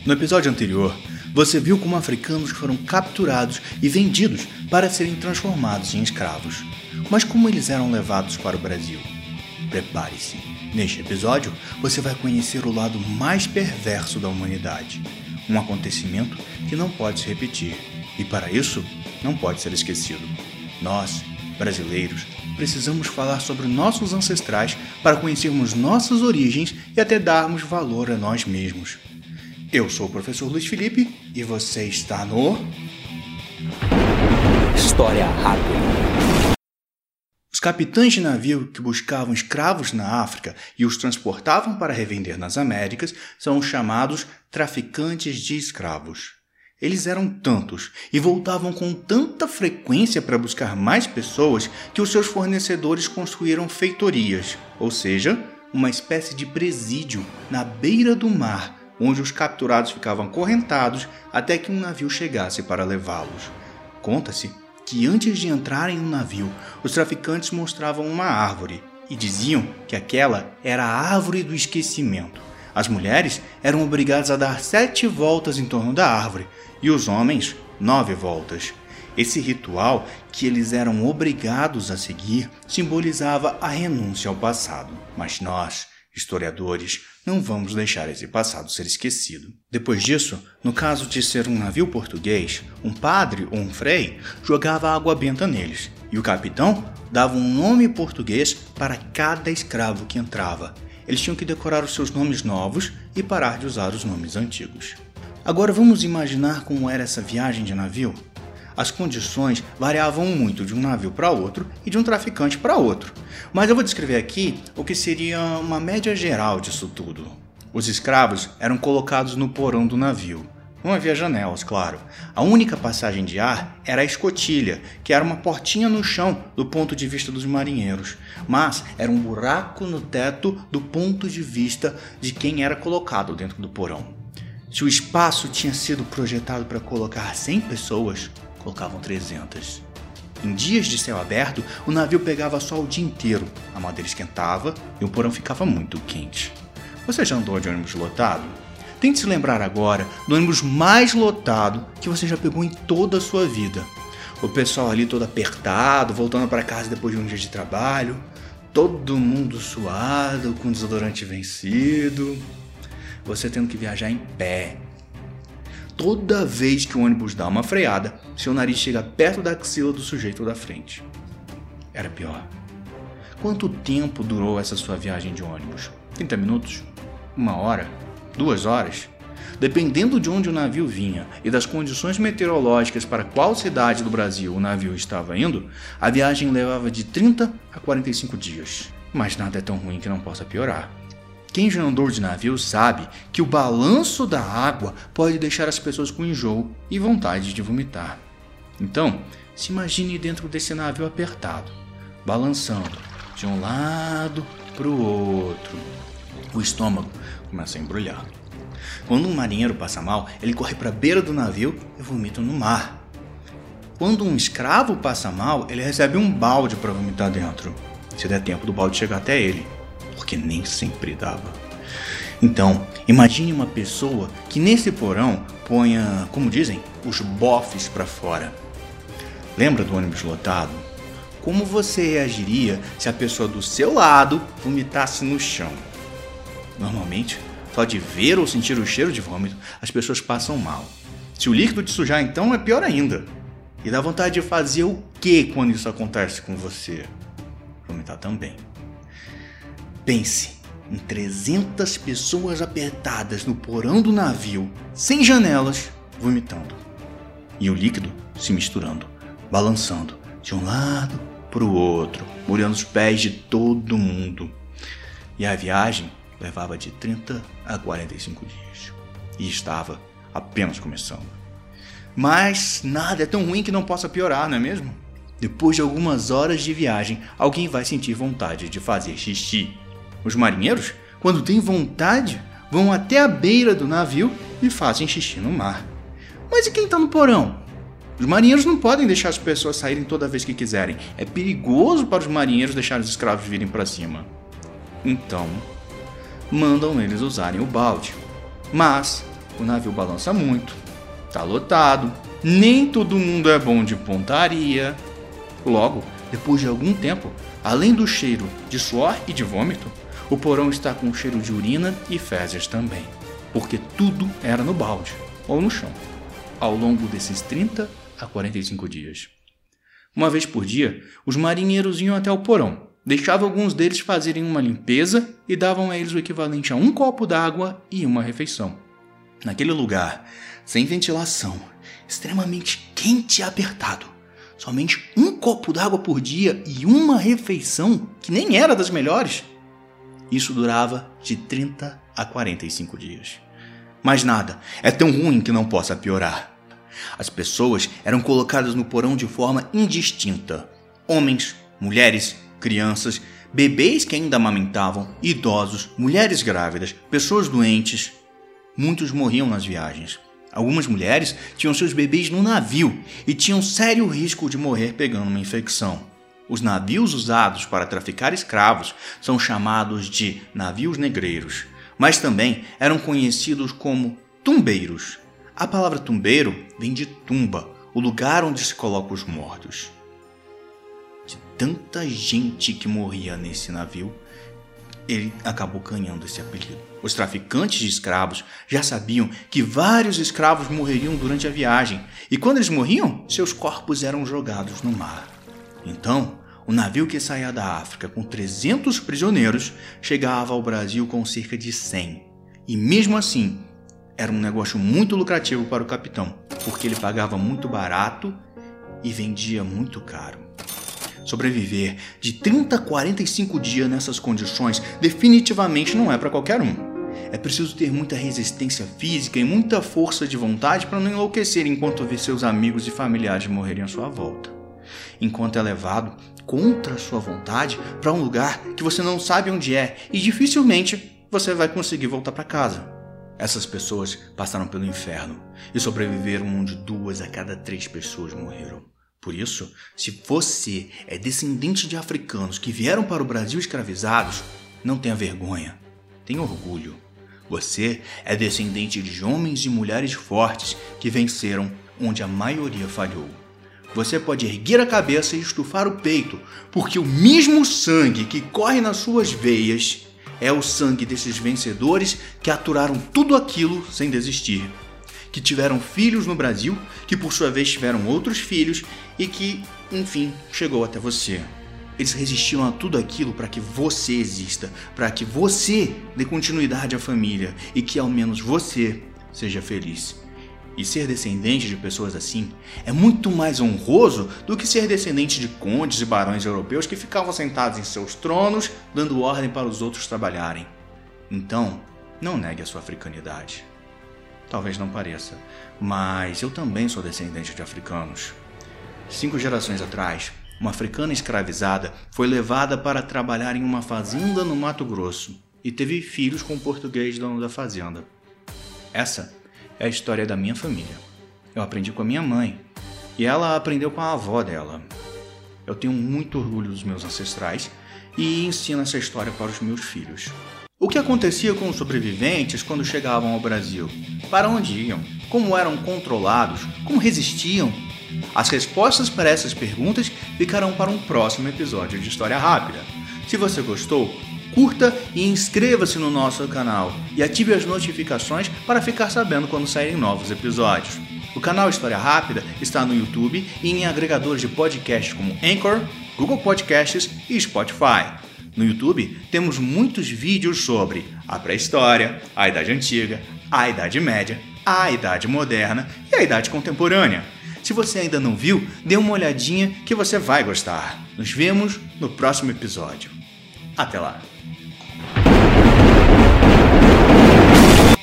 No episódio anterior, você viu como africanos foram capturados e vendidos para serem transformados em escravos. Mas como eles eram levados para o Brasil? Prepare-se. Neste episódio, você vai conhecer o lado mais perverso da humanidade. Um acontecimento que não pode se repetir. E para isso, não pode ser esquecido. Nós, brasileiros, precisamos falar sobre nossos ancestrais para conhecermos nossas origens e até darmos valor a nós mesmos. Eu sou o professor Luiz Felipe e você está no... História Rápida. Os capitães de navio que buscavam escravos na África e os transportavam para revender nas Américas são os chamados traficantes de escravos. Eles eram tantos e voltavam com tanta frequência para buscar mais pessoas que os seus fornecedores construíram feitorias, ou seja, uma espécie de presídio na beira do mar, onde os capturados ficavam acorrentados até que um navio chegasse para levá-los. Conta-se que antes de entrarem no navio, os traficantes mostravam uma árvore e diziam que aquela era a árvore do esquecimento. As mulheres eram obrigadas a dar 7 voltas em torno da árvore e os homens 9 voltas. Esse ritual que eles eram obrigados a seguir simbolizava a renúncia ao passado. Mas nós, historiadores, não vamos deixar esse passado ser esquecido. Depois disso, no caso de ser um navio português, um padre ou um frei jogava água benta neles e o capitão dava um nome português para cada escravo que entrava. Eles tinham que decorar os seus nomes novos e parar de usar os nomes antigos. Agora vamos imaginar como era essa viagem de navio? As condições variavam muito de um navio para outro e de um traficante para outro. Mas eu vou descrever aqui o que seria uma média geral disso tudo. Os escravos eram colocados no porão do navio. Não havia janelas, claro. A única passagem de ar era a escotilha, que era uma portinha no chão do ponto de vista dos marinheiros. Mas era um buraco no teto do ponto de vista de quem era colocado dentro do porão. Se o espaço tinha sido projetado para colocar 100 pessoas, colocavam 300. Em dias de céu aberto, o navio pegava sol o dia inteiro, a madeira esquentava e o porão ficava muito quente. Você já andou de ônibus lotado? Tente se lembrar agora do ônibus mais lotado que você já pegou em toda a sua vida. O pessoal ali todo apertado, voltando para casa depois de um dia de trabalho, todo mundo suado, com desodorante vencido, você tendo que viajar em pé. Toda vez que o ônibus dá uma freada, seu nariz chega perto da axila do sujeito da frente. Era pior. Quanto tempo durou essa sua viagem de ônibus? 30 minutos? 1 hora? 2 horas? Dependendo de onde o navio vinha e das condições meteorológicas para qual cidade do Brasil o navio estava indo, a viagem levava de 30 a 45 dias. Mas nada é tão ruim que não possa piorar. Quem já andou de navio sabe que o balanço da água pode deixar as pessoas com enjoo e vontade de vomitar. Então, se imagine dentro desse navio apertado, balançando de um lado para o outro. O estômago começa a embrulhar. Quando um marinheiro passa mal, ele corre para a beira do navio e vomita no mar. Quando um escravo passa mal, ele recebe um balde para vomitar dentro, se der tempo do balde chegar até ele. Porque nem sempre dava. Então, imagine uma pessoa que nesse porão ponha, como dizem, os bofes para fora. Lembra do ônibus lotado? Como você reagiria se a pessoa do seu lado vomitasse no chão? Normalmente, só de ver ou sentir o cheiro de vômito, as pessoas passam mal. Se o líquido te sujar, então é pior ainda. E dá vontade de fazer o que quando isso acontece com você? Vomitar também. Pense em 300 pessoas apertadas no porão do navio, sem janelas, vomitando. E o líquido se misturando, balançando de um lado para o outro, molhando os pés de todo mundo. E a viagem levava de 30 a 45 dias. E estava apenas começando. Mas nada é tão ruim que não possa piorar, não é mesmo? Depois de algumas horas de viagem, alguém vai sentir vontade de fazer xixi. Os marinheiros, quando têm vontade, vão até a beira do navio e fazem xixi no mar. Mas e quem está no porão? Os marinheiros não podem deixar as pessoas saírem toda vez que quiserem. É perigoso para os marinheiros deixar os escravos virem para cima. Então, mandam eles usarem o balde. Mas o navio balança muito, tá lotado, nem todo mundo é bom de pontaria. Logo, depois de algum tempo, além do cheiro de suor e de vômito, o porão está com cheiro de urina e fezes também, porque tudo era no balde ou no chão, ao longo desses 30 a 45 dias. Uma vez por dia, os marinheiros iam até o porão, deixavam alguns deles fazerem uma limpeza e davam a eles o equivalente a um copo d'água e uma refeição. Naquele lugar, sem ventilação, extremamente quente e apertado, somente um copo d'água por dia e uma refeição que nem era das melhores. Isso durava de 30 a 45 dias. Mas nada é tão ruim que não possa piorar. As pessoas eram colocadas no porão de forma indistinta. Homens, mulheres, crianças, bebês que ainda amamentavam, idosos, mulheres grávidas, pessoas doentes. Muitos morriam nas viagens. Algumas mulheres tinham seus bebês no navio e tinham sério risco de morrer pegando uma infecção. Os navios usados para traficar escravos são chamados de navios negreiros, mas também eram conhecidos como tumbeiros. A palavra tumbeiro vem de tumba, o lugar onde se coloca os mortos. De tanta gente que morria nesse navio, ele acabou ganhando esse apelido. Os traficantes de escravos já sabiam que vários escravos morreriam durante a viagem, e quando eles morriam, seus corpos eram jogados no mar. Então, o navio que saía da África com 300 prisioneiros chegava ao Brasil com cerca de 100. E mesmo assim, era um negócio muito lucrativo para o capitão, porque ele pagava muito barato e vendia muito caro. Sobreviver de 30 a 45 dias nessas condições definitivamente não é para qualquer um. É preciso ter muita resistência física e muita força de vontade para não enlouquecer enquanto vê seus amigos e familiares morrerem à sua volta. Enquanto é levado contra a sua vontade para um lugar que você não sabe onde é e dificilmente você vai conseguir voltar para casa. Essas pessoas passaram pelo inferno e sobreviveram onde 2 a cada 3 pessoas morreram. Por isso, se você é descendente de africanos que vieram para o Brasil escravizados, não tenha vergonha, tenha orgulho. Você é descendente de homens e mulheres fortes que venceram onde a maioria falhou. Você pode erguer a cabeça e estufar o peito, porque o mesmo sangue que corre nas suas veias é o sangue desses vencedores que aturaram tudo aquilo sem desistir. Que tiveram filhos no Brasil, que por sua vez tiveram outros filhos e que, enfim, chegou até você. Eles resistiram a tudo aquilo para que você exista, para que você dê continuidade à família e que ao menos você seja feliz. E ser descendente de pessoas assim é muito mais honroso do que ser descendente de condes e barões europeus que ficavam sentados em seus tronos, dando ordem para os outros trabalharem. Então, não negue a sua africanidade. Talvez não pareça, mas eu também sou descendente de africanos. 5 gerações atrás, uma africana escravizada foi levada para trabalhar em uma fazenda no Mato Grosso e teve filhos com o português dono da fazenda. Essa é a história da minha família. Eu aprendi com a minha mãe e ela aprendeu com a avó dela. Eu tenho muito orgulho dos meus ancestrais e ensino essa história para os meus filhos. O que acontecia com os sobreviventes quando chegavam ao Brasil? Para onde iam? Como eram controlados? Como resistiam? As respostas para essas perguntas ficarão para um próximo episódio de História Rápida. Se você gostou, curta e inscreva-se no nosso canal e ative as notificações para ficar sabendo quando saírem novos episódios. O canal História Rápida está no YouTube e em agregadores de podcasts como Anchor, Google Podcasts e Spotify. No YouTube temos muitos vídeos sobre a pré-história, a Idade Antiga, a Idade Média, a Idade Moderna e a Idade Contemporânea. Se você ainda não viu, dê uma olhadinha que você vai gostar. Nos vemos no próximo episódio. Até lá!